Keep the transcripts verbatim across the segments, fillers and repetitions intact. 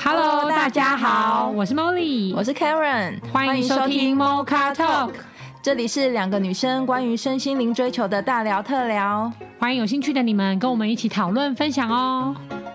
Hello， 大家好，我是 Molly， 我是 Karen， 欢迎收听 Mocha Talk， 这里是两个女生关于身心灵追求的大聊特聊， 欢迎有兴趣的你们跟我们一起讨论分享哦。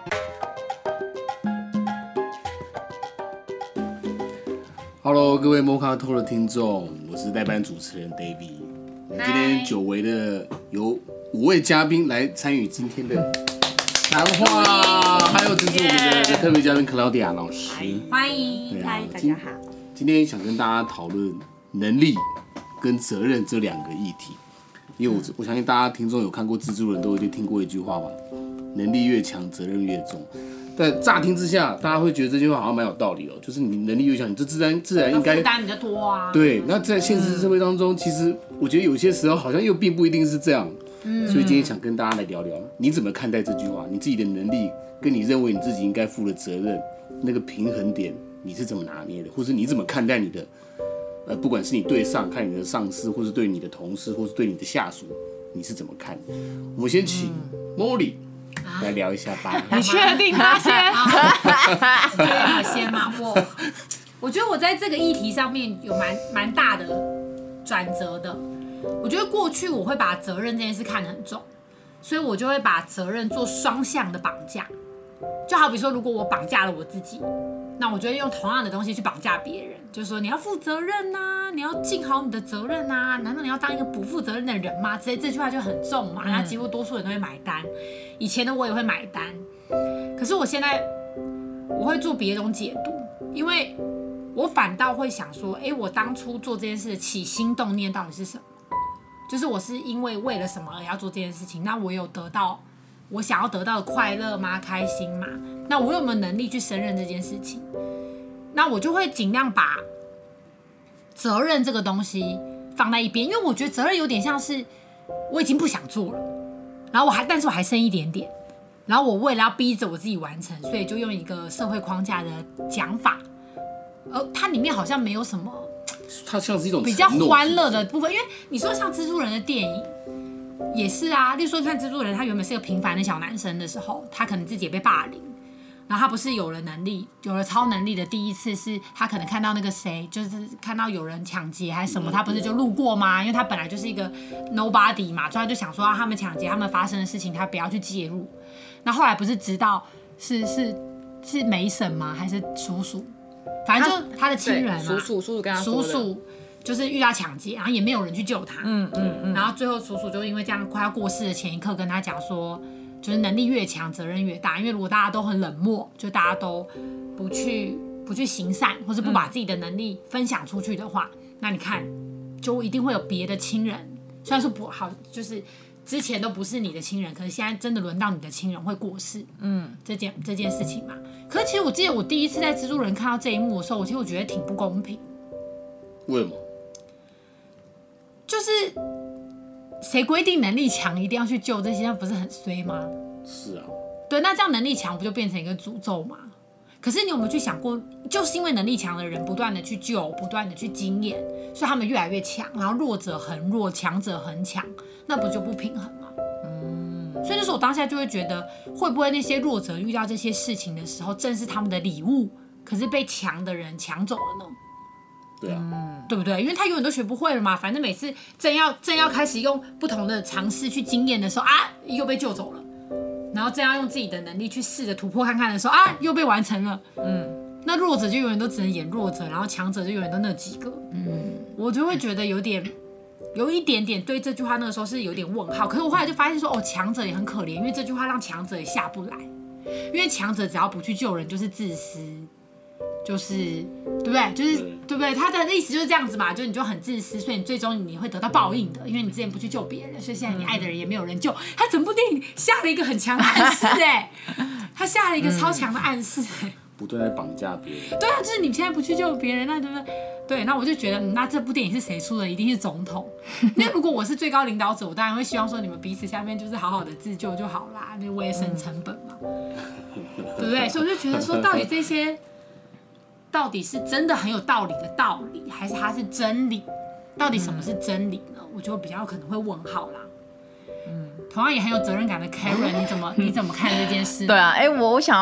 Hello， 各位 Mocha Talk 的听众，我是代班主持人 David。我们今天久违的有五位嘉宾来参与今天的谈话，还有就是我们的特别嘉宾 Claudia 老师， 欢迎， 嗨、啊， 大家好。 今天想跟大家讨论能力跟责任这两个议题，因为我我相信大家听众有看过蜘蛛人，都一定听过一句话吧，能力越强，责任越重。但乍听之下，大家会觉得这句话好像蛮有道理哦，就是你能力越强，你这自然自然应该负担比较多啊。 对，那在现实社会当中，其实我觉得有些时候好像又并不一定是这样。嗯，所以今天想跟大家来聊聊，你怎么看待这句话？你自己的能力跟你认为你自己应该负的责任，那个平衡点你是怎么拿捏的？或是你怎么看待你的呃，不管是你对上看你的上司，或是对你的同事，或是对你的下属，你是怎么看？我们先请 Molly。来聊一下吧。 你确定他先？对，我先嘛。我我觉得我在这个议题上面有蛮蛮大的转折的。我觉得过去我会把责任这件事看得很重，所以我就会把责任做双向的绑架。就好比说，如果我绑架了我自己，那我就会用同样的东西去绑架别人，就是说你要负责任呐、啊，你要尽好你的责任呐、啊，难道你要当一个不负责任的人吗？这这句话就很重嘛，那几乎多数人都会买单。以前的我也会买单，可是我现在我会做别种解读，因为我反倒会想说，哎，我当初做这件事的起心动念到底是什么？就是我是因为为了什么而要做这件事情？那我有得到我想要得到的快乐吗？开心吗？那我有没有能力去胜任这件事情？那我就会尽量把责任这个东西放在一边，因为我觉得责任有点像是我已经不想做了，然后我还但是我还剩一点点，然后我为了要逼着我自己完成，所以就用一个社会框架的讲法，而它里面好像没有什么， 它像是一种比较欢乐的部分，因为你说像蜘蛛人的电影。也是啊，例如说看蜘蛛人，他原本是个平凡的小男生的时候，他可能自己也被霸凌，然后他不是有了能力，有了超能力的第一次是他可能看到那个谁，就是看到有人抢劫还是什么，他不是就路过吗？因为他本来就是一个 nobody 嘛，所以他就想说、啊、他们抢劫他们发生的事情他不要去介入。那后来不是知道是是是梅婶吗？还是叔叔？反正就他的亲人啊， 叔叔叔叔跟他说的， 叔叔。就是遇到抢劫，然后也没有人去救他，嗯嗯嗯，然后最后叔叔就因为这样快要过世的前一刻跟他讲说，就是能力越强责任越大，因为如果大家都很冷漠，就大家都不去不去行善，或是不把自己的能力分享出去的话，嗯、那你看就一定会有别的亲人，虽然说不好，就是之前都不是你的亲人，可是现在真的轮到你的亲人会过世，嗯，这件这件事情嘛。可是其实我记得我第一次在蜘蛛人看到这一幕的时候，我其实我觉得挺不公平。 为什么？ 就是谁规定能力强一定要去救这些，那不是很衰吗？ 是啊， 对，那这样能力强不就变成一个诅咒吗？可是你有没有去想过，就是因为能力强的人不断的去救，不断的去经验，所以他们越来越强，然后弱者很弱，强者很强，那不就不平衡吗？嗯，所以那时候我当下就会觉得，会不会那些弱者遇到这些事情的时候，正是他们的礼物，可是被强的人抢走了呢？ 对啊、 嗯，对不对？因为他永远都学不会了嘛，反正每次正要正要开始用不同的尝试去经验的时候啊，又被救走了，然后正要用自己的能力去试着突破看看的时候啊，又被完成了。嗯，那弱者就永远都只能演弱者，然后强者就永远都那几个。嗯，我就会觉得有点，有一点点对这句话那个时候是有点问号。可是我后来就发现说，哦，强者也很可怜，因为这句话让强者也下不来，因为强者只要不去救人就是自私。就是对不对？就是对不对？他的意思就是这样子嘛，就你就很自私，所以你最终你会得到报应的，因为你之前不去救别人，所以现在你爱的人也没有人救。他整部电影下了一个很强的暗示哎、欸，他下了一个超强的暗示哎、欸， 不断在绑架别人。 对啊，就是你现在不去救别人，那对不对？对，那我就觉得，嗯，那这部电影是谁出的？一定是总统。因为如果我是最高领导者，我当然会希望说你们彼此下面就是好好的自救就好啦，那我也省成本嘛，对不对？所以我就觉得说，到底这些。到底是真的很有道理的道理，还是它是真理？到底什么是真理呢？我就比较可能会问号啦。嗯，同样也很有责任感的 Karen， 你怎么你怎么看这件事？ 对啊，哎、欸，我想要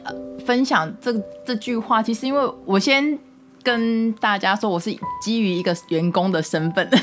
呃分享这这句话，其实因为我先跟大家说，我是基于一个员工的身份，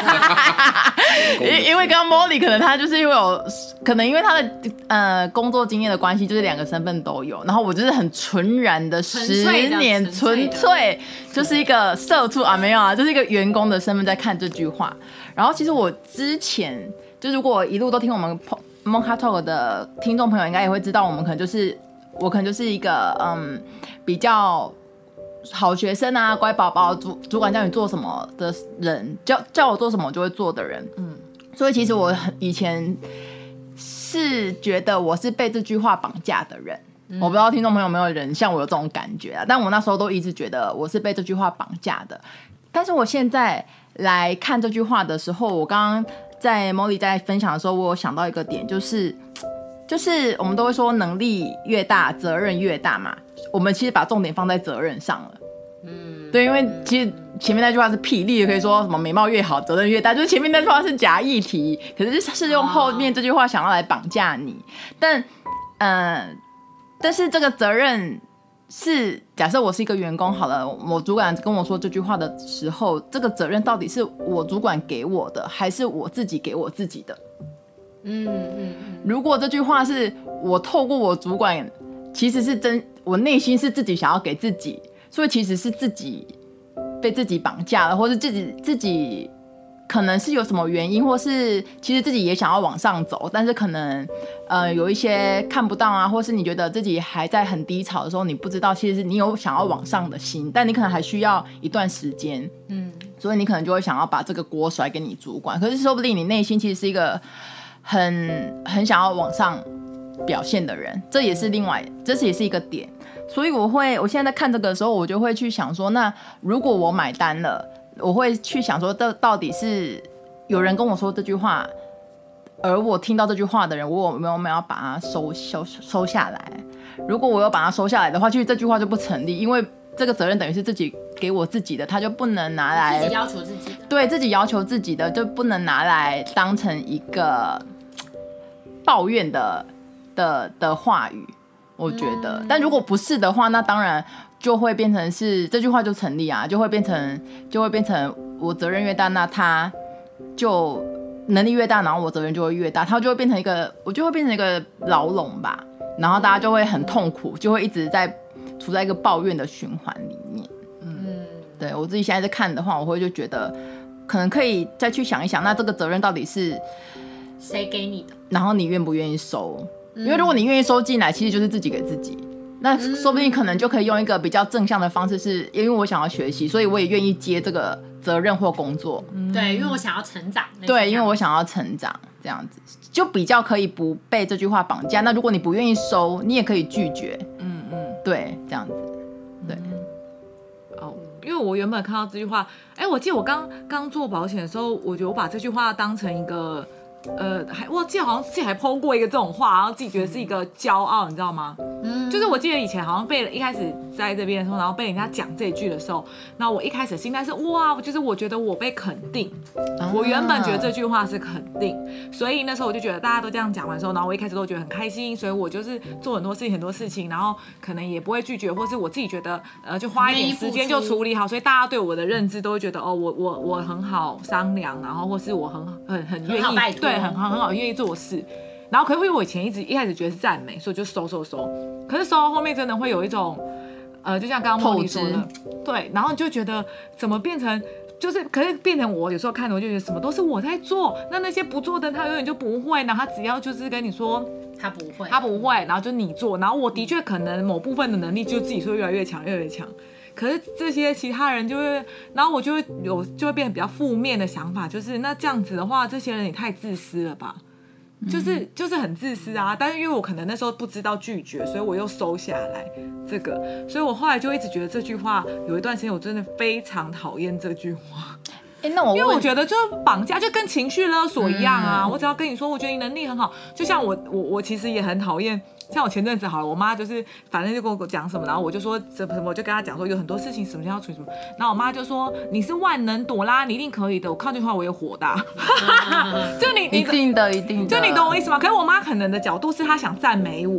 因因为刚刚 Molly 可能他就是因为有，可能因为他的呃工作经验的关系，就是两个身份都有。然后我就是很纯然的十年纯粹就是一个社畜啊，没有啊，就是一个员工的身份在看这句话。然后其实我之前就如果我一路都听我们 Mocha Talk 的听众朋友，应该也会知道，我们可能就是我可能就是一个嗯比较。好学生啊，乖宝宝，主主管叫你做什么的人，叫叫我做什么我就会做的人，嗯，所以其实我很以前是觉得我是被这句话绑架的人，嗯、我不知道听众朋友有没有人像我有这种感觉啊，但我那时候都一直觉得我是被这句话绑架的，但是我现在来看这句话的时候，我刚刚在 Molly 在分享的时候，我有想到一个点，就是就是我们都会说能力越大责任越大嘛，我们其实把重点放在责任上了。嗯，对，因为其实前面那句话是譬例，可以说什么美貌越好责任越大，就是前面那句话是假议题，可是是用后面这句话想要来绑架你。但呃，但是这个责任是假设我是一个员工好了，我主管跟我说这句话的时候，这个责任到底是我主管给我的，还是我自己给我自己的？嗯嗯，如果这句话是我透过我主管，其实是真，我内心是自己想要给自己，所以其实是自己被自己绑架了，或是自己自己可能是有什么原因，或是其实自己也想要往上走，但是可能呃有一些看不到啊，或是你觉得自己还在很低潮的时候，你不知道其实你有想要往上的心，但你可能还需要一段时间，嗯，所以你可能就会想要把这个锅甩给你主管，可是说不定你内心其实是一个很很想要往上表现的人，这也是另外，这是也是一个点。所以我会，我现在在看这个的时候，我就会去想说，那如果我买单了，我会去想说，这到底是有人跟我说这句话，而我听到这句话的人，我有没有没有要把它收收收下来？如果我有把它收下来的话，其实这句话就不成立，因为这个责任等于是自己给我自己的，他就不能拿来自己要求自己的， 对自己要求自己的，就不能拿来当成一个抱怨的的的话语，我觉得、嗯。但如果不是的话，那当然就会变成是这句话就成立啊，就会变成就会变成我责任越大，那他就能力越大，然后我责任就会越大，他就会变成一个，我就会变成一个牢笼吧，然后大家就会很痛苦，就会一直在处在一个抱怨的循环里面。嗯，对我自己现在在看的话，我会就觉得可能可以再去想一想，那这个责任到底是谁给你的？ 然后你愿不愿意收？因为如果你愿意收进来，其实就是自己给自己。那说不定可能就可以用一个比较正向的方式，是因为我想要学习，所以我也愿意接这个责任或工作。 对，因为我想要成长。 对，因为我想要成长，这样子就比较可以不被这句话绑架。那如果你不愿意收，你也可以拒绝。嗯嗯，对，这样子，对。 哦，因为我原本看到这句话，哎，我记得我刚刚做保险的时候，我觉得我把这句话当成一个。呃，还我记得好像自己还 po 过一个这种话，然后自己觉得是一个骄傲，你知道吗？嗯，就是我记得以前好像被一开始在这边的时候，然后被人家讲这一句的时候，然后我一开始心态是哇，就是我觉得我被肯定，啊、我原本觉得这句话是肯定，所以那时候我就觉得大家都这样讲完的时候，然后我一开始都觉得很开心，所以我就是做很多事情很多事情，然后可能也不会拒绝，或是我自己觉得呃就花一点时间就处理好，所以大家对我的认知都会觉得哦，我我我很好商量，然后或是我很很很愿意对。很很好，愿意做事，然后可是因为我以前一直一开始觉得是赞美，所以就收收收，可是收到后面真的会有一种，呃，就像刚刚茉莉说的，对，然后你就觉得怎么变成就是，可是变成我有时候看的我就觉得什么都是我在做，那那些不做的他永远就不会，然后他只要就是跟你说他不会， 他不会，然后就你做，然后我的确可能某部分的能力就自己说越来越强，越来越强。可是这些其他人就会，然后我就会有就会变得比较负面的想法，就是那这样子的话，这些人也太自私了吧？就是就是很自私啊。但是因为我可能那时候不知道拒绝，所以我又收下来这个，所以我后来就一直觉得这句话有一段时间我真的非常讨厌这句话。 欸、那我因为我觉得就是绑架，就跟情绪勒索一样啊、嗯！我只要跟你说，我觉得你能力很好，就像我我我其实也很讨厌，像我前阵子好了，我妈就是反正就跟我讲什么，然后我就说什么，我就跟她讲说有很多事情什么要处理什么，然后我妈就说你是万能朵拉，你一定可以的。我看这句话我也火大，就你一定的一定的， 就你懂我意思吗？可是我妈可能的角度是她想赞美我。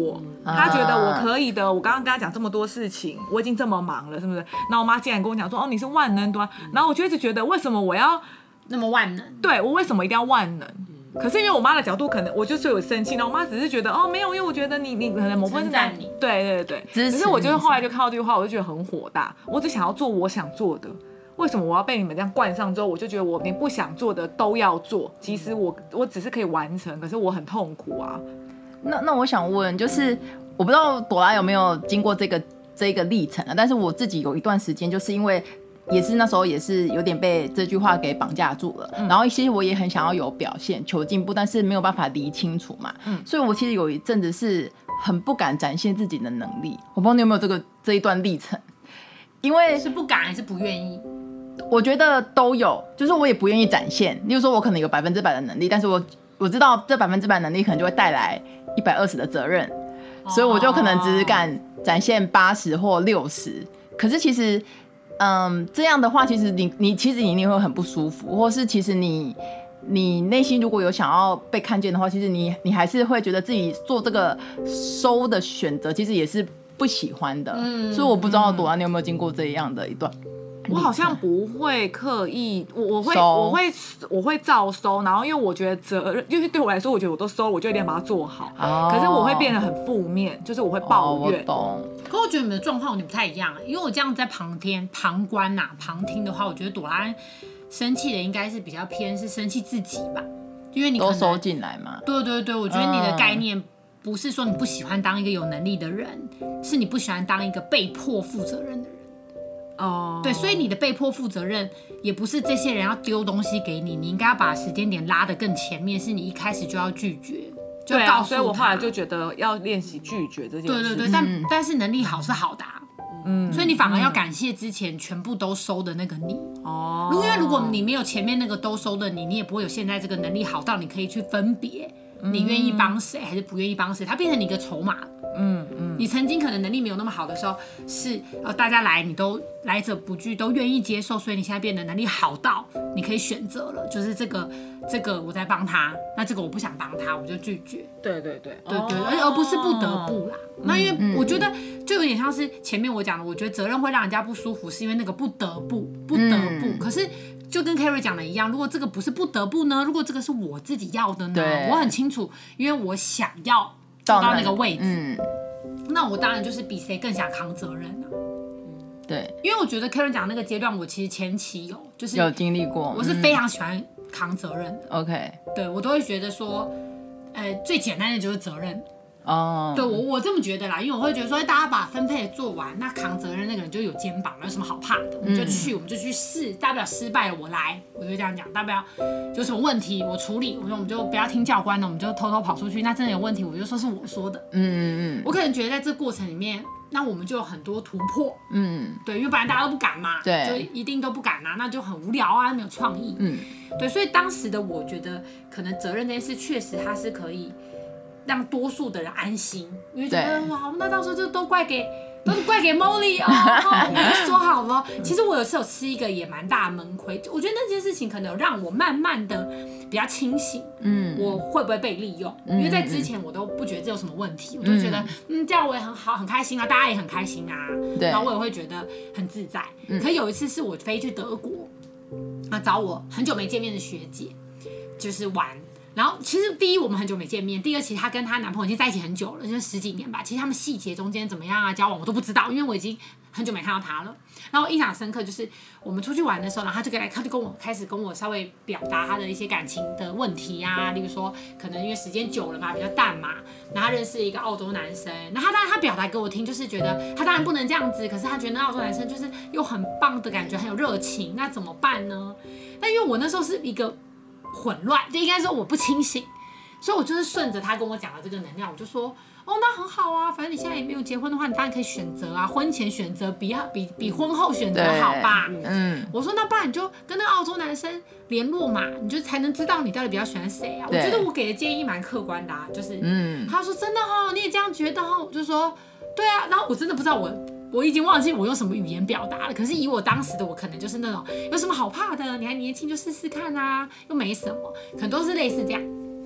他觉得我可以的，我刚刚跟他讲这么多事情，我已经这么忙了，是不是？然后我妈竟然跟我讲说，哦，你是万能多，然后我就一直觉得，为什么我要那么万能？ 对我为什么一定要万能？可是因为我妈的角度，可能我就是有生气，然后我妈只是觉得哦没有，因为我觉得你你可能某部分是称赞你， 对对对。 支持可是我就是后来就看到这句话，我就觉得很火大，我只想要做我想做的。为什么我要被你们这样灌上之后，我就觉得我连不想做的都要做？其实我我只是可以完成，可是我很痛苦啊。 那那我想问，就是我不知道朵拉有没有经过这个这个历程啊？但是我自己有一段时间，就是因为也是那时候也是有点被这句话给绑架住了，嗯、然后其实我也很想要有表现、求进步，但是没有办法理清楚嘛，嗯、所以我其实有一阵子是很不敢展现自己的能力。我不知道你有没有这个这一段历程，因为是不敢还是不愿意？ 我觉得都有，就是我也不愿意展现。例如说，我可能有百分之百的能力，但是我我知道这百分之百能力可能就会带来一百二十的责任，所以我就可能只敢展现八十或六十。可是其实，嗯，这样的话，其实你你其实你一定会很不舒服，或是其实你你内心如果有想要被看见的话，其实你你还是会觉得自己做这个收的选择，其实也是不喜欢的。嗯，所以我不知道朵拉你有没有经过这样的一段。 我好像不会刻意，我我会我会我会照收，然后因为我觉得责任，因为对我来说，我觉得我都收了，我就一定要把它做好。哦、可是我会变得很负面，就是我会抱怨。 哦、我懂。 可我觉得你们的状况有点不太一样，因为我这样在旁听旁观呐、啊、旁听的话，我觉得朵拉生气的应该是比较偏是生气自己吧，因为你可能都收进来嘛。 对对对，我觉得你的概念不是说你不喜欢当一个有能力的人，是你不喜欢当一个被迫负责任的人。哦， oh. 对，所以你的被迫负责任也不是这些人要丢东西给你，你应该要把时间点拉得更前面，是你一开始就要拒绝，就告诉他。对啊， 所以我后来就觉得要练习拒绝这件事。 对对对，但、嗯、但是能力好是好的、啊，嗯，所以你反而要感谢之前全部都收的那个你。哦，因为如果你没有前面那个都收的你，你也不会有现在这个能力好到你可以去分别。你愿意帮谁还是不愿意帮谁，它变成你一个筹码。嗯嗯，你曾经可能能力没有那么好的时候，是呃大家来你都来者不拒，都愿意接受，所以你现在变得能力好到你可以选择了，就是这个这个我在帮他，那这个我不想帮他，我就拒绝。 对对对对对，而、哦、而不是不得不啦。嗯、那因为我觉得就有点像是前面我讲的，我觉得责任会让人家不舒服，是因为那个不得不不得不，嗯、可是。就跟 Kerry 讲的一样，如果这个不是不得不呢？如果这个是我自己要的呢？我很清楚，因为我想要做到那个位置，嗯、那我当然就是比谁更想扛责任啊。 对， 因为我觉得 Kerry 讲那个阶段，我其实前期有就是有经历过， 我是非常喜欢扛责任的。 嗯、OK， 对我都会觉得说，呃，最简单的就是责任。 哦， oh. 对我我这么觉得啦，因为我会觉得说，大家把分配做完，那扛责任那个人就有肩膀，有什么好怕的？我们就去，嗯、我们就去试，大不了失败了我来，我就这样讲，大不了有什么问题我处理，我说我们就不要听教官的，我们就偷偷跑出去，那真的有问题我就说是我说的，嗯嗯嗯，我可能觉得在这个过程里面，那我们就有很多突破，嗯，对，因为本来大家都不敢嘛，对，就一定都不敢啊，那就很无聊啊，没有创意，嗯，对，所以当时的我觉得，可能责任这件事确实它是可以。让多数的人安心，因为觉得哇，那到时候就都怪给都怪给 Molly 哦，我们就说好了。其实我有次有吃一个也蛮大的闷亏，我觉得那件事情可能有让我慢慢的比较清醒，嗯，我会不会被利用？因为在之前我都不觉得这有什么问题，我就觉得嗯这样我也很好，很开心啊，大家也很开心啊，然后我也会觉得很自在。可有一次是我飞去德国，啊找我很久没见面的学姐，就是玩。然后其实第一我们很久没见面，第二其实她跟她男朋友已经在一起很久了，就是十几年吧。其实他们细节中间怎么样啊，交往我都不知道，因为我已经很久没看到她了。然后印象深刻就是我们出去玩的时候，然后她就跟她就跟我开始跟我稍微表达她的一些感情的问题啊，例如说可能因为时间久了嘛，比较淡嘛，然后她认识一个澳洲男生，然后她当然她表达给我听，就是觉得她当然不能这样子，可是她觉得那澳洲男生就是又很棒的感觉，很有热情，那怎么办呢？但因为我那时候是一个。混乱，就应该说我不清醒，所以我就是顺着他跟我讲的这个能量，我就说，哦，那很好啊，反正你现在也没有结婚的话，你当然可以选择啊，婚前选择比比比婚后选择好吧？嗯，我说那不然你就跟那个澳洲男生联络嘛，你就才能知道你到底比较喜欢谁啊。我觉得我给的建议蛮客观的啊，就是，嗯，他说真的哦，你也这样觉得哦，我就说对啊，然后我真的不知道我。我已经忘记我用什么语言表达了，可是以我当时的我，可能就是那种有什么好怕的，你还年轻就试试看啊，又没什么，可能都是类似这样。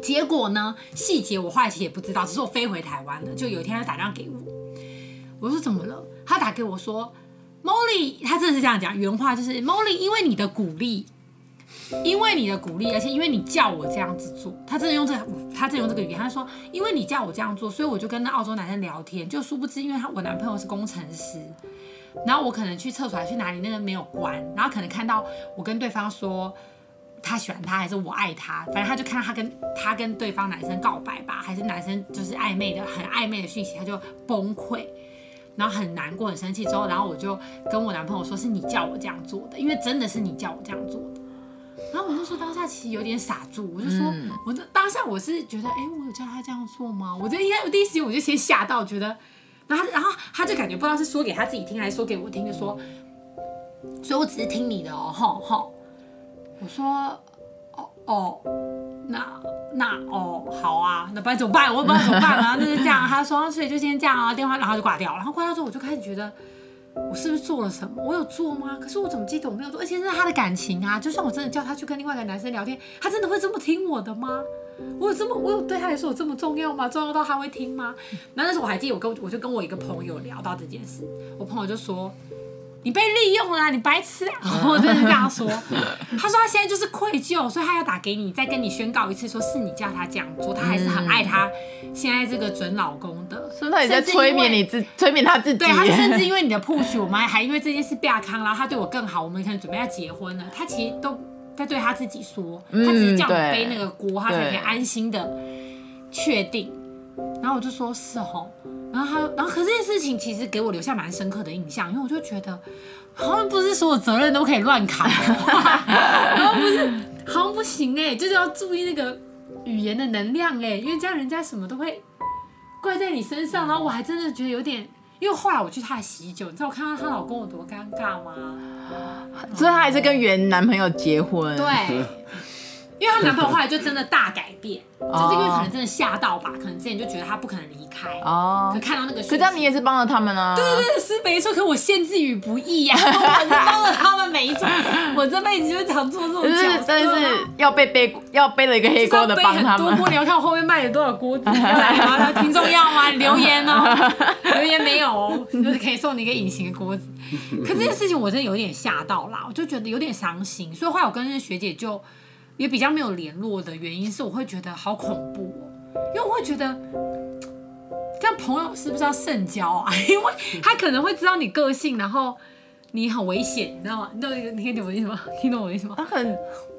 结果呢，细节我后来其实也不知道，只是我飞回台湾了。就有一天他打电话给我，我说怎么了？他打给我说 ，Molly， 他真的是这样讲，原话就是 Molly， 因为你的鼓励，因为你的鼓励，而且因为你叫我这样子做，他真的用这个，他真的用这个语言，他说，因为你叫我这样做，所以我就跟那澳洲男生聊天，就殊不知，因为他我男朋友是工程师。然后我可能去厕所还去哪里，那个没有关，然后可能看到我跟对方说他喜欢他还是我爱他，反正他就看到他跟他跟对方男生告白吧，还是男生就是暧昧的很暧昧的讯息，他就崩溃，然后很难过很生气之后，然后我就跟我男朋友说是你叫我这样做的，因为真的是你叫我这样做的。然后我就说当下其实有点傻住，我就说、嗯、我的当下我是觉得哎，我有叫他这样做吗？我就应该我第一时间我就先吓到，觉得。然后他，然后他就感觉不知道是说给他自己听还是说给我听，就说，所以我只是听你的哦，吼吼。我说，哦哦，那那哦好啊，那不然怎么办？我也不知道怎么办啊，那就这样。他说，所以就先这样啊，电话然后就挂掉了。然后挂掉之后，我就开始觉得，我是不是做了什么？我有做吗？可是我怎么记得我没有做？而且是他的感情啊，就算我真的叫他去跟另外一个男生聊天，他真的会这么听我的吗？我有这么，我有对他来说有这么重要吗？重要到他会听吗？然后那时候我还记得，我跟我就跟我一个朋友聊到这件事，我朋友就说：“你被利用了、啊，你白痴、啊！”然后我真的是这样说。他说他现在就是愧疚，所以他要打给你，再跟你宣告一次，说是你叫他这样做，他还是很爱他现在这个准老公的。 是不是他也在催眠你自，催眠他自己？ 对，他甚至因为你的 push， 我们还因为这件事变康，然后他对我更好，我们可能准备要结婚了，他其实都。在对他自己说，他只是叫你背那个锅，他才可以安心的确定。然后我就说是吼，然后他，然后可是这件事情其实给我留下蛮深刻的印象，因为我就觉得好像不是所有责任都可以乱扛，然后不是好像不行哎、欸，就是要注意那个语言的能量哎、欸，因为这样人家什么都会怪在你身上，然后我还真的觉得有点。因为后来我去她的喜酒，你知道我看到她老公有多尴尬吗？ 所以她还是跟原男朋友结婚。 对，因为她男朋友后来就真的大改变，哦、就是因为可能真的吓到吧，可能之前就觉得他不可能离开。哦。可看到那个，可这样你也是帮了他们啊。 对对对，是没错。可我陷之于不义啊，我是帮了他们每一种，我这辈子就常做这种角色。 真的是要背背要背了一个黑锅的帮他们。 多锅，你要看我后面卖了多少锅子，要来吗？听众要吗？留言哦，留言没有哦，就是可以送你一个隐形的锅子。可这件事情我真的有点吓到啦，我就觉得有点伤心，所以后来我跟那学姐就也比较没有联络的原因是，我会觉得好恐怖哦，因为我会觉得这样朋友是不是要慎交啊？因为他可能会知道你个性，然后你很危险，你知道吗？你懂你听懂我意思吗？听懂我意思吗？ 他很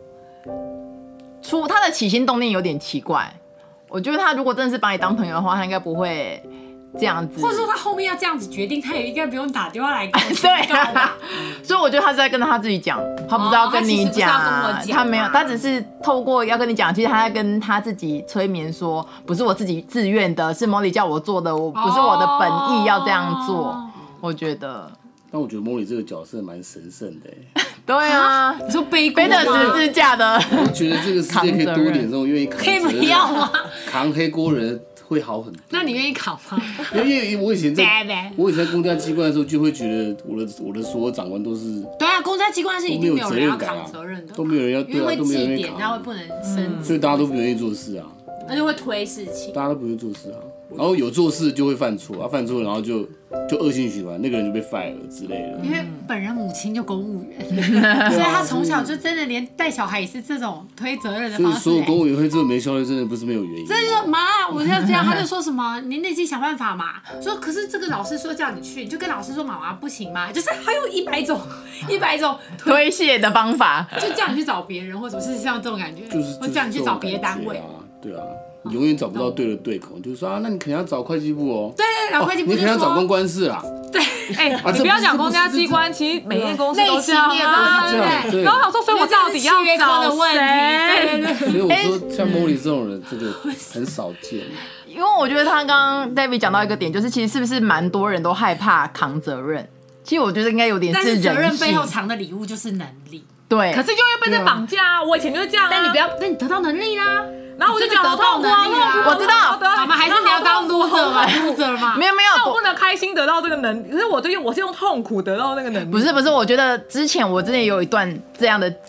出他的起心动念有点奇怪，我觉得他如果真的是把你当朋友的话，他应该不会。这样子， 或者说他后面要这样子决定，他也应该不用打电话来跟我对啊，所以我觉得他是在跟他自己讲，他不是要跟你讲、哦，他, 他没有，他只是透过要跟你讲，其实他在跟他自己催眠说，不是我自己自愿的，是 Molly 叫我做的，我不是我的本意要这样做，哦、我觉得。 但我觉得 Molly 这个角色蛮神圣的对啊， 你说背背的十字架的， 我觉得这个世界可以多点这种愿意扛责任， 可以不要吗？ 扛黑锅人。会好很多。 那你愿意考吗？ 因为我以前在，我以前在公家机关的时候，就会觉得我的我的所有长官都是。 对啊，公家机关是一定没有人要扛责任的， 都没有人要， 因为会记点，他会不能升职， 所以大家都不愿意做事啊。 那就会推事情， 大家都不愿意做事啊。然后有做事就会犯错啊，犯错然后就就恶性循环，那个人就被 fire 了之类的。 因为本人母亲就公务员，所以他从小就真的连带小孩也是这种推责任的方式。 所以所有公务员会这么没效率，真的不是没有原因。 真的说妈，我要这样，他就说什么你自己想办法嘛。说可是这个老师说叫你去，你就跟老师说妈妈不行吗？就是还有一百种一百种推卸的方法， 就叫你去找别人，或者是像这种感觉， 就是或叫你去找别的单位。 对啊。你永远找不到对的对口，就是说啊，那你可能要找会计部哦。 对对，找会计部就说、 哦、你可能要找公关室啦。 对， 哎、欸啊，你不要讲公家机关，其实每间公司都这样啊。 对对。 然后想说，所以我到底要找谁？ 对对对。 所以我说，像 Molly 这种人，这个很少见。 因为我觉得他刚刚 David 讲到一个点，就是其实是不是蛮多人都害怕扛责任？其实我觉得应该有点是人性。 但是责任背后藏的礼物就是能力。 对。 可是就会被人绑架啊！我以前就是这样啊。 但你不要，但你得到能力啦。 然后我就觉得好痛苦啊！ 我知道， 我们还是你要当 loser 嘛 ，loser 嘛。 没有没有， 那我不能开心得到这个能力，可是我对我是用痛苦得到那个能力。 不是不是，我觉得之前我之前有一段这样的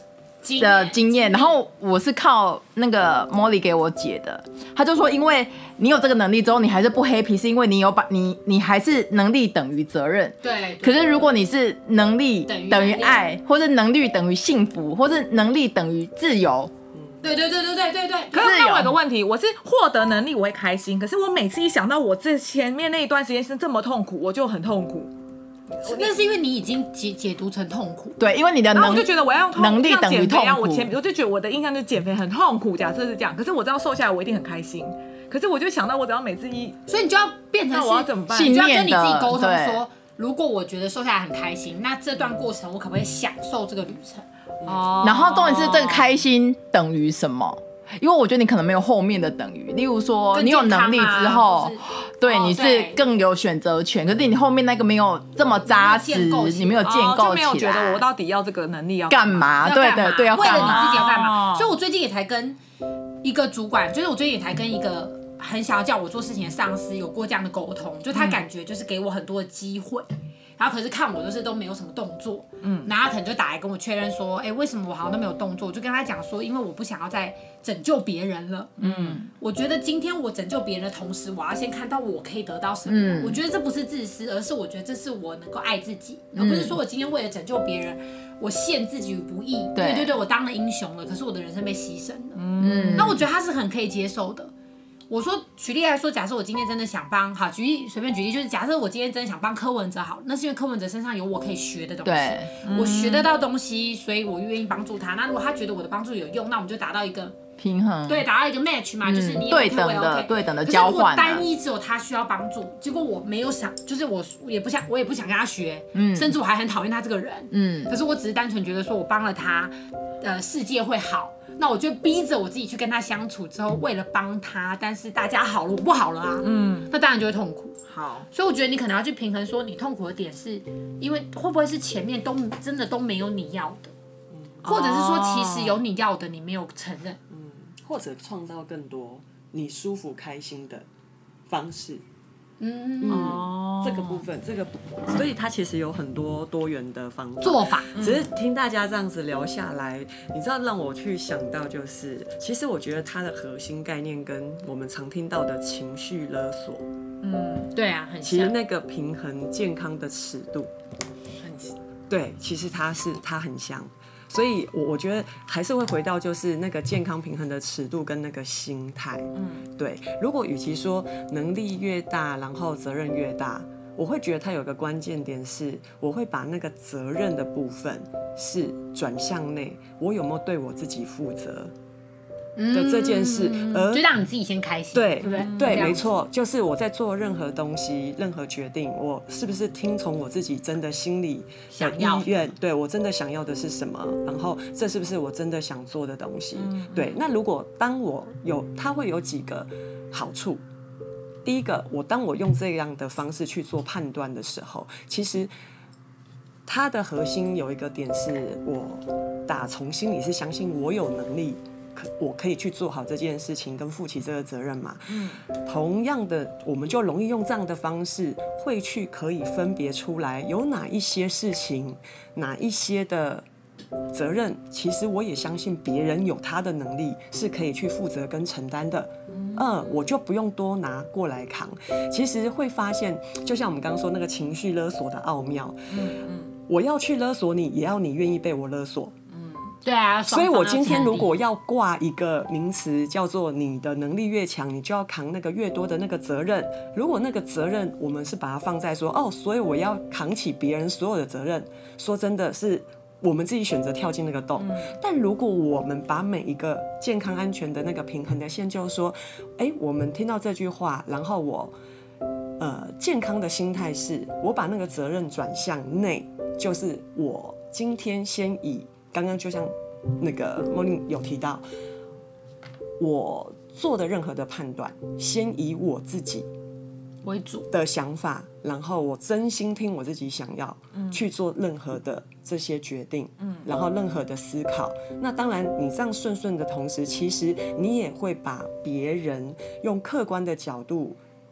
的经验，然后我是靠那个 Molly 给我解的，他就说，因为你有这个能力之后，你还是不 happy， 是因为你有把你你还是能力等于责任。 对。 可是如果你是能力等于爱，或者能力等于幸福，或者能力等于自由。 对对对对对对对。 可是那我有个问题，我是获得能力我会开心，可是我每次一想到我这前面那一段时间是这么痛苦，我就很痛苦。 那是因为你已经解解读成痛苦， 对，因为你的能， 然后我就觉得我要用痛能力等于痛苦。 我前我就觉得我的印象就是减肥很痛苦，假设是这样，可是我知道瘦下来我一定很开心。可是我就想到我只要每次一， 所以你就要变成是， 我要怎么办？ 你就要跟你自己沟通说，如果我觉得瘦下来很开心，那这段过程我可不可以享受这个旅程？ 哦。然后重点是这个开心等于什么？因为我觉得你可能没有后面的等于，例如说你有能力之后，对、哦、你是更有选择权，可是你后面那个没有这么扎实，你没有建构起来， 就没有觉得我到底要这个能力要干嘛？对对对，要为了你自己要干嘛？所以我最近也才跟一个主管，就是我最近也才跟一个很想要叫我做事情的上司有过这样的沟通，就他感觉就是给我很多的机会。然后可是看我就是都没有什么动作，嗯，然后他可能就打来跟我确认说，哎，为什么我好像都没有动作？我就跟他讲说，因为我不想要再拯救别人了，嗯，我觉得今天我拯救别人的同时，我要先看到我可以得到什么。嗯，我觉得这不是自私，而是我觉得这是我能够爱自己，而不是说我今天为了拯救别人，我陷自己于不义。对对对，我当了英雄了，可是我的人生被牺牲了。嗯，那我觉得他是很可以接受的。我说，举例来说，假设我今天真的想帮，好，举例随便举例，就是假设我今天真的想帮柯文哲，好，那是因为柯文哲身上有我可以学的东西，对，我学得到东西，所以我愿意帮助他。那如果他觉得我的帮助有用，那我们就达到一个平衡， 对，达到一个 match 嘛，嗯、就是你也 OK， 对等的、对等的交换、啊。可是如果单一只有他需要帮助，结果我没有想，就是我也不想，我也不想跟他学，嗯，甚至我还很讨厌他这个人，嗯，可是我只是单纯觉得说我帮了他，呃，世界会好。那我就逼着我自己去跟他相处之后，为了帮他，但是大家好了，我不好了啊，嗯，那当然就会痛苦。 好， 所以我觉得你可能要去平衡，说你痛苦的点是因为会不会是前面都真的都没有你要的，嗯、或者是说其实有你要的，你没有承认， 嗯，或者创造更多你舒服开心的方式。嗯, 嗯哦，这个部分，这个，所以它其实有很多多元的方法做法。 只是听大家这样子聊下来，你知道让我去想到，就是其实我觉得它的核心概念跟我们常听到的情绪勒索， 嗯，对啊，很像。 其实那个平衡健康的尺度，很对，其实它是它很像。所以我，我觉得还是会回到就是那个健康平衡的尺度跟那个心态。嗯，对。如果与其说能力越大，然后责任越大，我会觉得它有个关键点是，我会把那个责任的部分是转向内，我有没有对我自己负责的这件事，而就让你自己先开心， 对对不对？ 对，没错，就是我在做任何东西、任何决定，我是不是听从我自己真的心里的意愿？对我真的想要的是什么？然后这是不是我真的想做的东西？嗯、对，那如果当我有，它会有几个好处。第一个，我当我用这样的方式去做判断的时候，其实它的核心有一个点是，我打从心里是相信我有能力。我可以去做好这件事情，跟负起这个责任嘛。嗯，同样的，我们就容易用这样的方式，会去可以分别出来有哪一些事情，哪一些的责任，其实我也相信别人有他的能力是可以去负责跟承担的。嗯，我就不用多拿过来扛。其实会发现，就像我们刚刚说那个情绪勒索的奥妙。嗯嗯，我要去勒索你，也要你愿意被我勒索。 对啊， 所以我今天如果要挂一个名词叫做你的能力越强，你就要扛那个越多的那个责任。如果那个责任我们是把它放在说哦，所以我要扛起别人所有的责任，说真的是我们自己选择跳进那个洞。嗯、但如果我们把每一个健康安全的那个平衡的线，就是说，哎，我们听到这句话，然后我呃健康的心态是，我把那个责任转向内，就是我今天先以。刚刚就像那个 Molly 有提到，我做的任何的判断，先以我自己为主的想法，然后我真心听我自己想要、嗯、去做任何的这些决定，嗯、然后任何的思考。那当然，你这样顺顺的同时，其实你也会把别人用客观的角度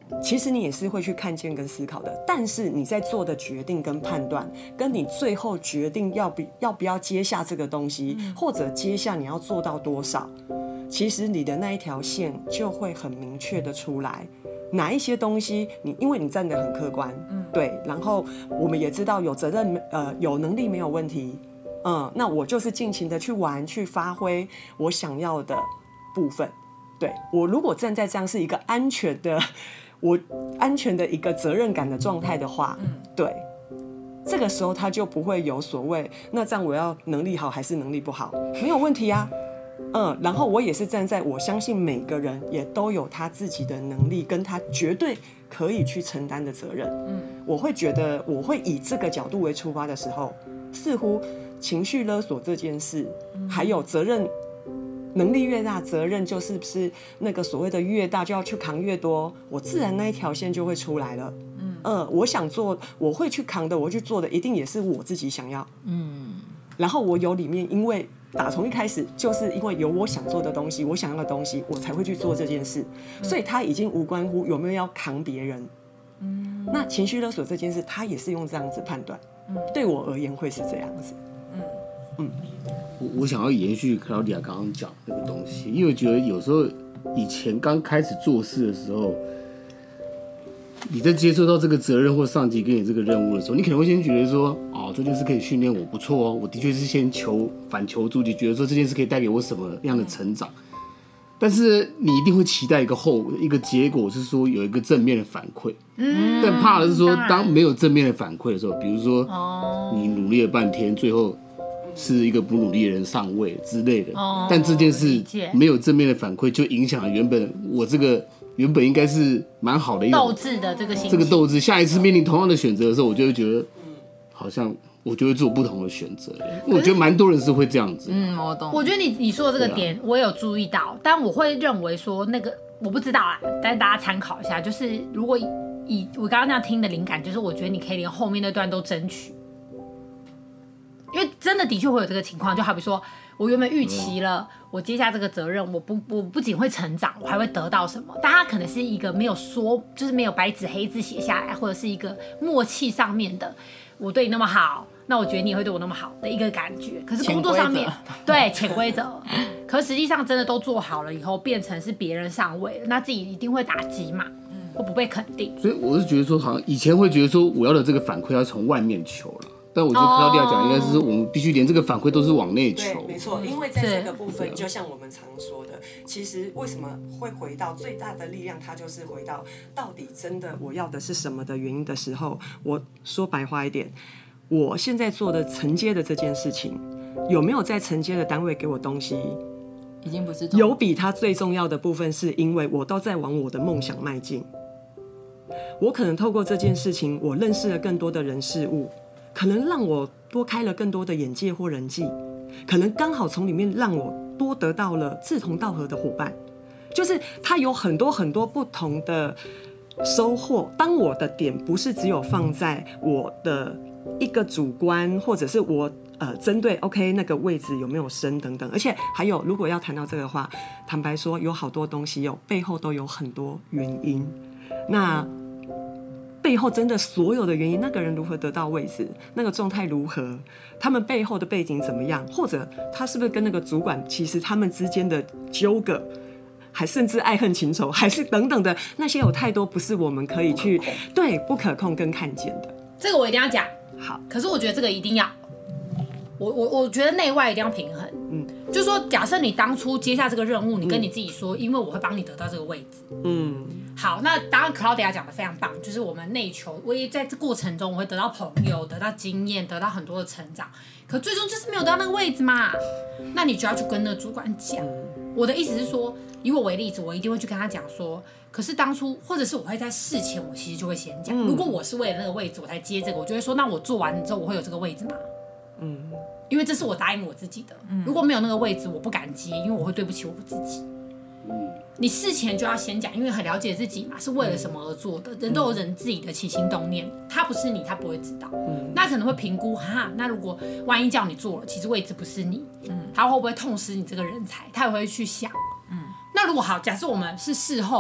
其实你也是会去看见跟思考的，但是你在做的决定跟判断，跟你最后决定要不要不要接下这个东西，嗯、或者接下你要做到多少，其实你的那一条线就会很明确的出来。哪一些东西你因为你站得很客观，嗯，对，然后我们也知道有责任，呃，有能力没有问题，嗯，那我就是尽情的去玩，去发挥我想要的部分。对，我如果站在这样是一个安全的，我安全的一个责任感的状态的话，嗯，对，这个时候他就不会有所谓，那这样我要能力好还是能力不好，没有问题啊。嗯，然后我也是站在我相信每个人也都有他自己的能力，跟他绝对可以去承担的责任。嗯，我会觉得我会以这个角度为出发的时候，似乎情绪勒索这件事，嗯、还有责任，能力越大，责任就是不是那个所谓的越大就要去扛越多，我自然那一条线就会出来了。嗯，呃，我想做，我会去扛的，我会去做的，一定也是我自己想要。嗯，然后我有里面因为。打从一开始就是因为有我想做的东西，我想要的东西，我才会去做这件事，嗯、所以他已经无关乎有没有要扛别人。嗯，那情绪勒索这件事，他也是用这样子判断。嗯，对我而言会是这样子。嗯嗯，我我想要延续 Claudia 刚刚讲那个东西，因为我觉得有时候以前刚开始做事的时候，你在接受到这个责任或上级给你这个任务的时候，你可能会先觉得说，哦，这件事可以训练我，不错哦，我的确是先求反求诸己，觉得说这件事可以带给我什么样的成长。但是你一定会期待一个后一个结果是说有一个正面的反馈。嗯，但怕的是说，当没有正面的反馈的时候，比如说你努力了半天，最后是一个不努力的人上位之类的，哦、但这件事没有正面的反馈，就影响了原本我这个。原本应该是蛮好的一种斗志的这个心情， 这个斗志，下一次面临同样的选择的时候，我就会觉得，好像我就会做不同的选择。我觉得蛮多人是会这样子。 嗯，我懂。 我觉得你你说的这个点，我也有注意到，但我会认为说那个我不知道啦，但是大家参考一下，就是如果以我刚刚那样听的灵感，就是我觉得你可以连后面那段都争取，因为真的的确会有这个情况，就好比说。我原本预期了，我接下这个责任，我不我不仅会成长，我还会得到什么？但它可能是一个没有说，就是没有白纸黑字写下来，或者是一个默契上面的，我对你那么好，那我觉得你也会对我那么好的一个感觉。可是工作上面，对潜规则，可实际上真的都做好了以后，变成是别人上位了，那自己一定会打击嘛，或不被肯定。 所以我是觉得说，好像以前会觉得说，我要的这个反馈要从外面求了。但我觉得Claudia讲应该是我们必须连这个反馈都是往内求。 对，没错，因为在这个部分，就像我们常说的，其实为什么会回到最大的力量，它就是回到到底真的我要的是什么的原因的时候，我说白话一点，我现在做的承接的这件事情，有没有在承接的单位给我东西？ 已经不是有比它最重要的部分，是因为我都在往我的梦想迈进。我可能透过这件事情，我认识了更多的人事物。可能让我多开了更多的眼界或人际，可能刚好从里面让我多得到了志同道合的伙伴，就是它有很多很多不同的收获。当我的点不是只有放在我的一个主观，或者是我呃针对 OK 那个位置有没有升等等，而且还有如果要谈到这个话，坦白说有好多东西有背后都有很多原因。那背后真的所有的原因，那个人如何得到位置，那个状态如何，他们背后的背景怎么样，或者他是不是跟那个主管其实他们之间的纠葛，还甚至爱恨情仇，还是等等的那些，有太多不是我们可以去对不可控跟看见的。 这个我一定要讲。 好， 可是我觉得这个一定要，我我我觉得内外一定要平衡。嗯，就是说，假设你当初接下这个任务，你跟你自己说，嗯、因为我会帮你得到这个位置。嗯。好，那当然 Claudia 讲的非常棒，就是我们内求，我也在这过程中我会得到朋友，得到经验，得到很多的成长，可最终就是没有得到那个位置嘛，那你就要去跟那个主管讲。我的意思是说，以我为例子，我一定会去跟他讲说，可是当初或者是我会在事前，我其实就会先讲，如果我是为了那个位置我才接这个，我就会说，那我做完之后我会有这个位置吗？嗯，因为这是我答应我自己的，如果没有那个位置，我不敢接，因为我会对不起我自己。你事前就要先讲，因为很了解自己嘛，是为了什么而做的。人都有人自己的起心动念，他不是你，他不会知道。嗯、那可能会评估哈，那如果万一叫你做了，其实位置不是你，嗯、他会不会痛失你这个人才？他也会去想。嗯、那如果好，假设我们是事后了，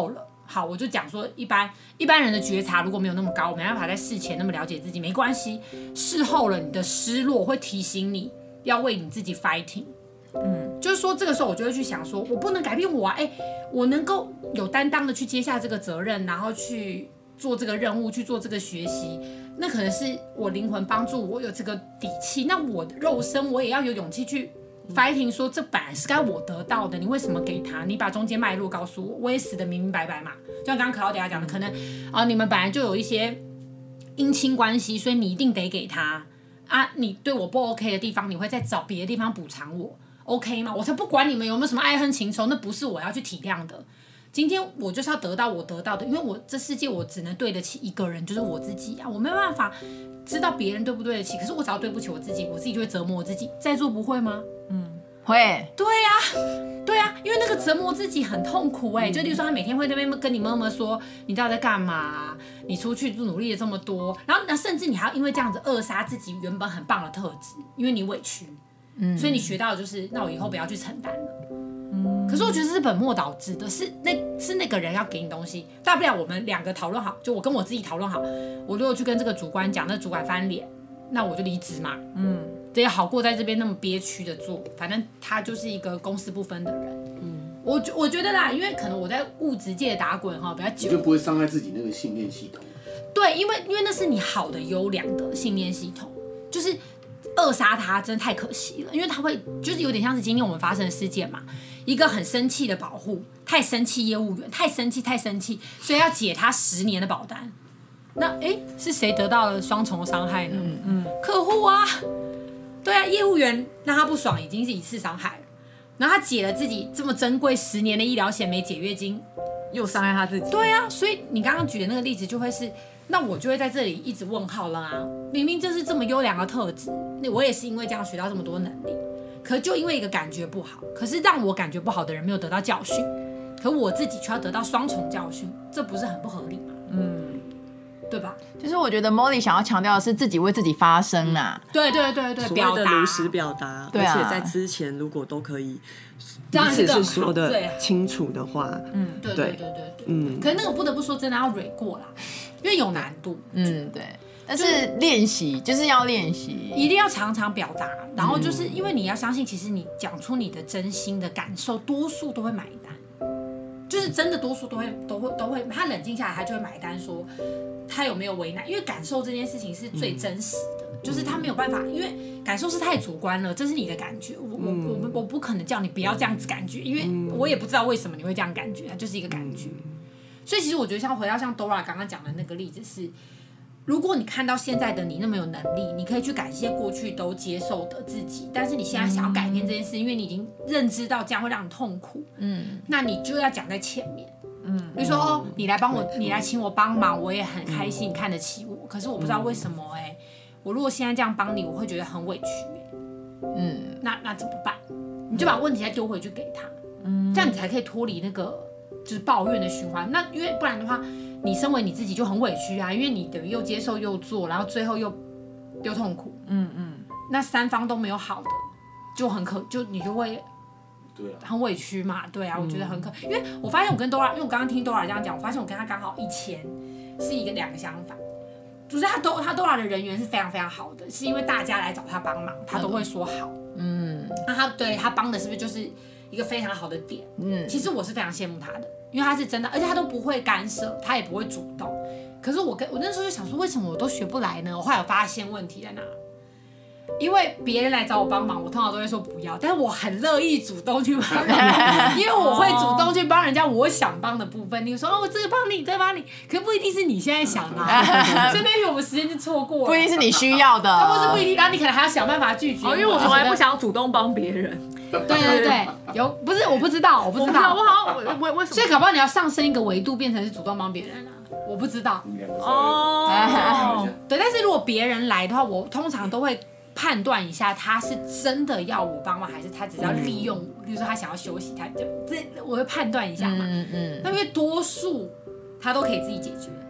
好，我就讲说，一般一般人的觉察如果没有那么高，我没办法在事前那么了解自己，没关系，事后了你的失落会提醒你要为你自己 fighting。嗯，就是说这个时候我就会去想说，我不能改变我啊，哎，我能够有担当的去接下这个责任，然后去做这个任务，去做这个学习，那可能是我灵魂帮助我有这个底气，那我的肉身我也要有勇气去 fighting， 说这本来是该我得到的，你为什么给他？你把中间脉络告诉我，我也死得明明白白嘛。就像刚刚克劳迪亚讲的，可能啊、呃、你们本来就有一些姻亲关系，所以你一定得给他啊，你对我不 OK 的地方，你会再找别的地方补偿我。OK 吗？我才不管你们有没有什么爱恨情仇，那不是我要去体谅的。今天我就是要得到我得到的，因为我这世界我只能对得起一个人，就是我自己啊，我没办法知道别人对不对得起。可是我只要对不起我自己，我自己就会折磨我自己。在座不会吗？ 嗯，会。 对呀、啊，对呀、啊，因为那个折磨自己很痛苦哎、欸。就例如说，他每天会在那边跟你妈妈说，你到底在干嘛？你出去努力了这么多，然后那甚至你还要因为这样子扼杀自己原本很棒的特质，因为你委屈。嗯，所以你学到的就是，那我以后不要去承担了。嗯，可是我觉得这是本末倒置的，是那是那个人要给你东西，大不了我们两个讨论好，就我跟我自己讨论好，我如果去跟这个主管讲，那主管翻脸，那我就离职嘛。嗯，这也好过在这边那么憋屈的做，反正他就是一个公私不分的人。嗯，我我觉得啦，因为可能我在物质界打滚哈比较久， 你就不会伤害自己那个信念系统。 对，因为因为那是你好的优良的信念系统，就是。扼杀他真的太可惜了，因为他会就是有点像是今天我们发生的事件嘛，一个很生气的保护，太生气业务员，太生气太生气，所以要解他十年的保单。那哎，是谁得到了双重伤害呢？嗯嗯，客户啊，对啊，业务员让他不爽已经是一次伤害了，然后他解了自己这么珍贵十年的医疗险没解约金， 又伤害他自己。 对啊，所以你刚刚举的那个例子就会是。那我就会在这里一直问号了啊！明明这是这么优良的特质，那我也是因为这样学到这么多能力，可就因为一个感觉不好，可是让我感觉不好的人没有得到教训，可我自己却要得到双重教训，这不是很不合理吗？嗯，对吧？ 就是我觉得 Molly 想要强调的是自己为自己发声啊， 对对对对， 所谓的如实表达， 对啊， 而且在之前如果都可以彼此是说的清楚的话， 嗯，对对对对对，嗯，可是那个不得不说真的要蕊过啦。因为有难度， 嗯，对，但是练习就是要练习， 一定要常常表达，然后就是因为你要相信，其实你讲出你的真心的感受，多数都会买单，就是真的多数都会都会都会，他冷静下来，他就会买单说他有没有为难，因为感受这件事情是最真实的，嗯、就是他没有办法，因为感受是太主观了，这是你的感觉，我我我我我不可能叫你不要这样子感觉，因为我也不知道为什么你会这样感觉，它就是一个感觉。所以其实我觉得像回到像 Dora 刚刚讲的那个例子是，如果你看到现在的你那么有能力，你可以去感谢过去都接受的自己，但是你现在想要改变这件事，因为你已经认知到这样会让你痛苦，嗯，那你就要讲在前面，嗯，比如说哦，你来帮我，你来请我帮忙，我也很开心，你看得起我，可是我不知道为什么哎、欸，我如果现在这样帮你，我会觉得很委屈、欸，嗯，那那怎么办？你就把问题再丢回去给他，嗯，这样你才可以脱离那个。就是抱怨的循环，那因为不然的话，你身为你自己就很委屈啊，因为你等于又接受又做，然后最后又又痛苦，嗯嗯，那三方都没有好的，就很可，就你就会， 对啊， 很委屈嘛，对啊，我觉得很可，因为我发现我跟 Dora， 因为我刚刚听 Dora 这样讲，我发现我跟他刚好以前是一个两个相反，就是他都他 Dora 的人缘是非常非常好的，是因为大家来找他帮忙，他都会说好，嗯，那他对他帮的是不是就是一个非常好的点？嗯，其实我是非常羡慕他的。因为他是真的，而且他都不会干涉，他也不会主动。可是我跟我那时候就想说，为什么我都学不来呢？我后来有发现问题在哪，因为别人来找我帮忙，我通常都会说不要，但是我很乐意主动去帮忙，因为我会主动去帮人家我想帮的部分。你说哦，我这个帮你，这个帮你，可不一定是你现在想的、啊，所以 maybe 我们时间就错过了， 不一定是你需要的， 或是不一定，然后你可能还要想办法拒绝我。 哦，因为我从来不想要主动帮别人。 对对对，有不是我不知道，我不知道， 我好我我为什么？ 所以搞不好你要上升一个维度，变成是主动帮别人啊，我不知道。 哦， 对，但是如果别人来的话，我通常都会判断一下，他是真的要我帮忙，还是他只是要利用我。比如说他想要休息，他就这我会判断一下嘛。嗯嗯。那因为多数他都可以自己解决。嗯。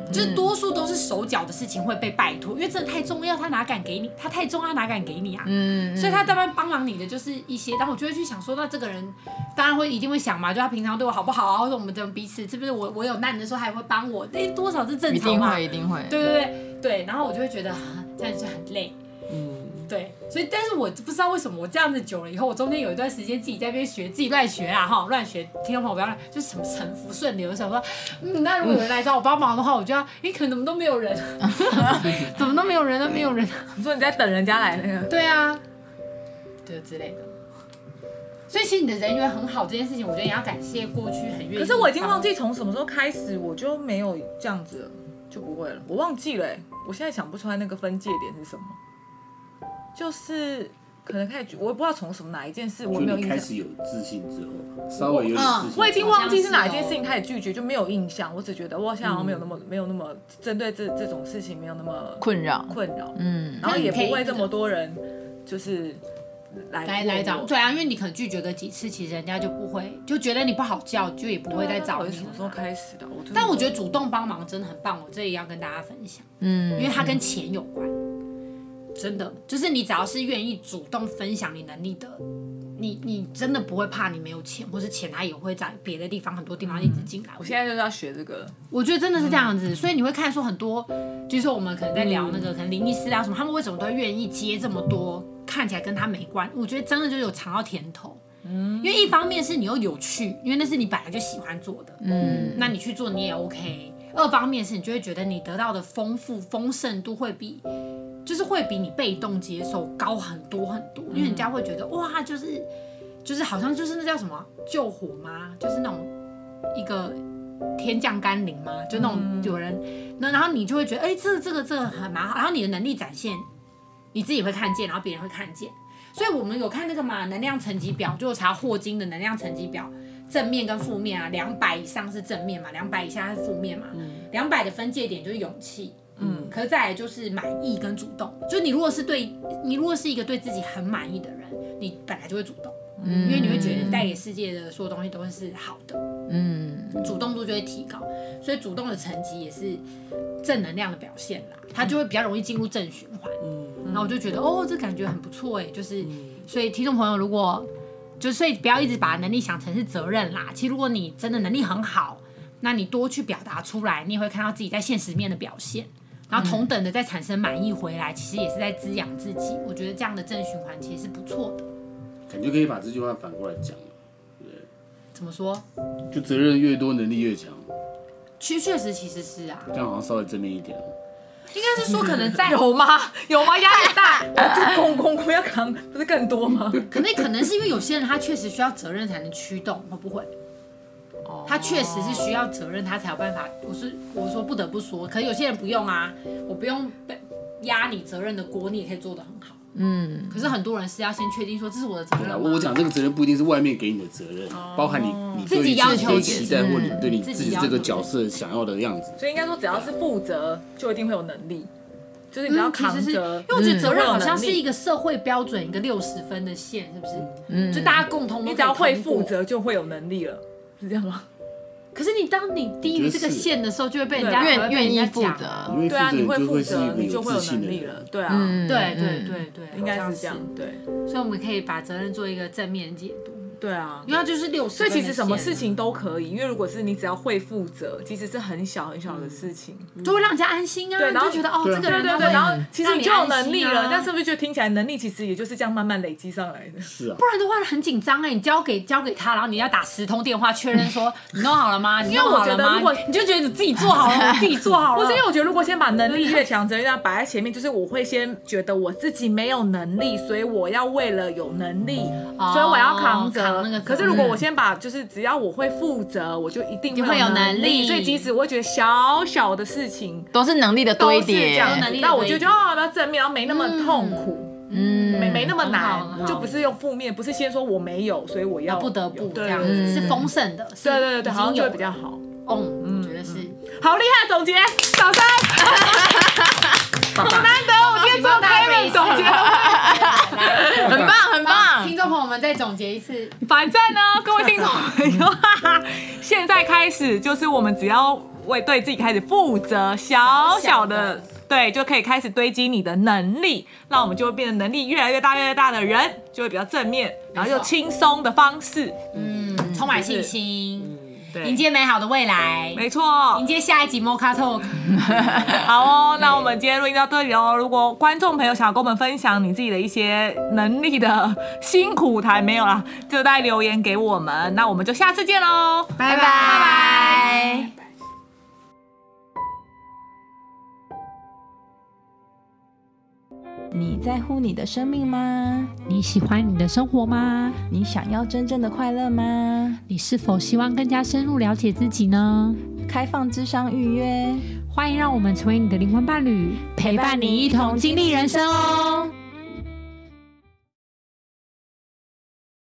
就是多数都是手脚的事情会被拜托，因为真的太重要，他哪敢给你？他太重要，他哪敢给你啊？嗯，所以他当然帮忙你的就是一些，但我就会去想说，那这个人当然会一定会想嘛，就他平常对我好不好啊，或者我们的彼此是不是我我有难的时候，他也会帮我，哎，多少是正常嘛， 一定会，一定会， 对对对对，然后我就会觉得这样就很累，嗯。对，所以但是我不知道为什么我这样子久了以后，我中间有一段时间自己在那边学，自己乱学啊哈，乱学，听众朋友不要乱，就是什么沉浮顺流，想说，嗯，那如果有人来找我帮忙的话，我就要，哎，可能怎么都没有人，怎么都没有人都没有人。 你说你在等人家来那个？ 对啊，对之类的。所以其实你的人缘很好这件事情，我觉得也要感谢过去很愿意。 可是我已经忘记从什么时候开始，我就没有这样子了，就不会了，我忘记了、欸，我现在想不出来那个分界点是什么。就是可能开始，我也不知道从什么哪一件事，我没有印象。 开始有自信之后，稍微有点自信、嗯。 我已经忘记是哪一件事情开始拒绝，就没有印象。我只觉得我好像好像没有那么、嗯、没有那么针对这这种事情没有那么困扰困扰，嗯，然后也不会这么多人就是来来来找。对啊，因为你可能拒绝个几次，其实人家就不会就觉得你不好叫，就也不会再找你。 什么时候开始的？我但我觉得主动帮忙真的很棒，我这里要跟大家分享，嗯，因为它跟钱有关。真的，就是你只要是愿意主动分享你能力的，你你真的不会怕你没有钱，或是钱它也会在别的地方很多地方一直进来。 我现在就是要学这个， 我觉得真的是这样子，嗯、所以你会看说很多，就是说我们可能在聊那个、嗯、可能林医师啊什么，他们为什么都会愿意接这么多看起来跟他没关，我觉得真的就是有尝到甜头。嗯，因为一方面是你又有趣，因为那是你本来就喜欢做的，嗯，那你去做你也 OK。二方面是你就会觉得你得到的丰富丰盛度会比。就是会比你被动接受高很多很多，因为人家会觉得哇，就是就是好像就是那叫什么救火吗？就是那种一个天降甘霖吗？就那种有人，那然后你就会觉得，哎、欸，这个这个这个很蛮好，然后你的能力展现，你自己会看见，然后别人会看见。所以我们有看那个嘛能量层级表，就查霍金的能量层级表，正面跟负面啊，两百以上是正面嘛，两百以下是负面嘛，两百的分界点就是勇气。嗯，可是再来就是满意跟主动，就你如果是对你如果是一个对自己很满意的人，你本来就会主动，嗯，因为你会觉得你带给世界的所有东西都是好的，嗯，主动度就会提高，所以主动的层级也是正能量的表现啦，它就会比较容易进入正循环，嗯，然后我就觉得哦，这感觉很不错哎，就是所以听众朋友如果就所以不要一直把能力想成是责任啦，其实如果你真的能力很好，那你多去表达出来，你也会看到自己在现实面的表现。然后同等的再产生满意回来，其实也是在滋养自己。我觉得这样的正循环其实是不错的。 感觉可以把这句话反过来讲，对。 怎么说？ 就责任越多，能力越强。 确确实其实是啊。 这样好像稍微正面一点。 应该是说可能在有吗？有吗？压力大，这公公公要扛，不是更多吗？ 可能可能是因为有些人他确实需要责任才能驱动，会不会？他确实是需要责任，他才有办法。我是我说不得不说，可是有些人不用啊，我不用压你责任的锅，你也可以做得很好。嗯，可是很多人是要先确定说这是我的责任。 我讲这个责任不一定是外面给你的责任，哦、包含你你对你自己的期待，或你对你自己这个角色想要的样子。 所以应该说，只要是负责，就一定会有能力。就是你只要扛着、嗯，因为我觉得责任好像是一个社会标准，一个六十分的线，是不是？嗯，就大家共同， 你只要会负责，就会有能力了，是这样吗？ 可是你当你低于这个线的时候，就会被人家愿愿意负责。 对啊，你会负责，你就会有能力了。对啊， 嗯、对对对对， 应该是这样。对， 所以我们可以把责任做一个正面解读。 对啊， 因为它就是六十。 所以其实什么事情都可以，因为如果是你只要会负责，其实是很小很小的事情， 就会让人家安心啊。对，然后就觉得哦，这个人对对对，然后其实你就有能力了，但是不是觉得听起来能力其实也就是这样慢慢累积上来的？ 是啊， 不然的话很紧张哎，你交给交给他，然后你要打十通电话确认说你弄好了吗？你弄好了吗？你就觉得你自己做好了，我自己做好了。 不是因为我觉得如果先把能力越强责任要摆在前面，就是我会先觉得我自己没有能力，所以我要为了有能力，所以我要扛责。可是如果我先把就是只要我会负责，我就一定会有能力。所以即使我会觉得小小的事情都是能力的堆叠， 那我就觉得哦，那正面，然后没那么痛苦，嗯，没没那么难，就不是用负面，不是先说我没有，所以我要不得不这样子，是丰盛的， 对对对对，好像就会比较好。 嗯，我觉得是好厉害的总结，掌声！好难得，我今天做 Karen 总结， 很棒很棒。 听众朋友们在总结一次。 反正呢，各位听众朋友，现在开始就是我们只要为对自己开始负责，小小的。对，就可以开始堆积你的能力，那我们就会变得能力越来越大、越来越大的人，就会比较正面，然后又轻松的方式， 嗯，充满信心， 对， 迎接美好的未来， 没错， 迎接下一集 Mocha Talk。 好哦，那我们今天录音到这里哦。如果观众朋友想要跟我们分享你自己的一些能力的辛苦谈，没有啦，就带留言给我们。那我们就下次见喽， 拜拜拜拜。 你在乎你的生命吗？ 你喜欢你的生活吗？ 你想要真正的快乐吗？ 你是否希望更加深入了解自己呢？ 开放諮商预约， 欢迎让我们成为你的灵魂伴侣，陪伴你一同经历人生哦。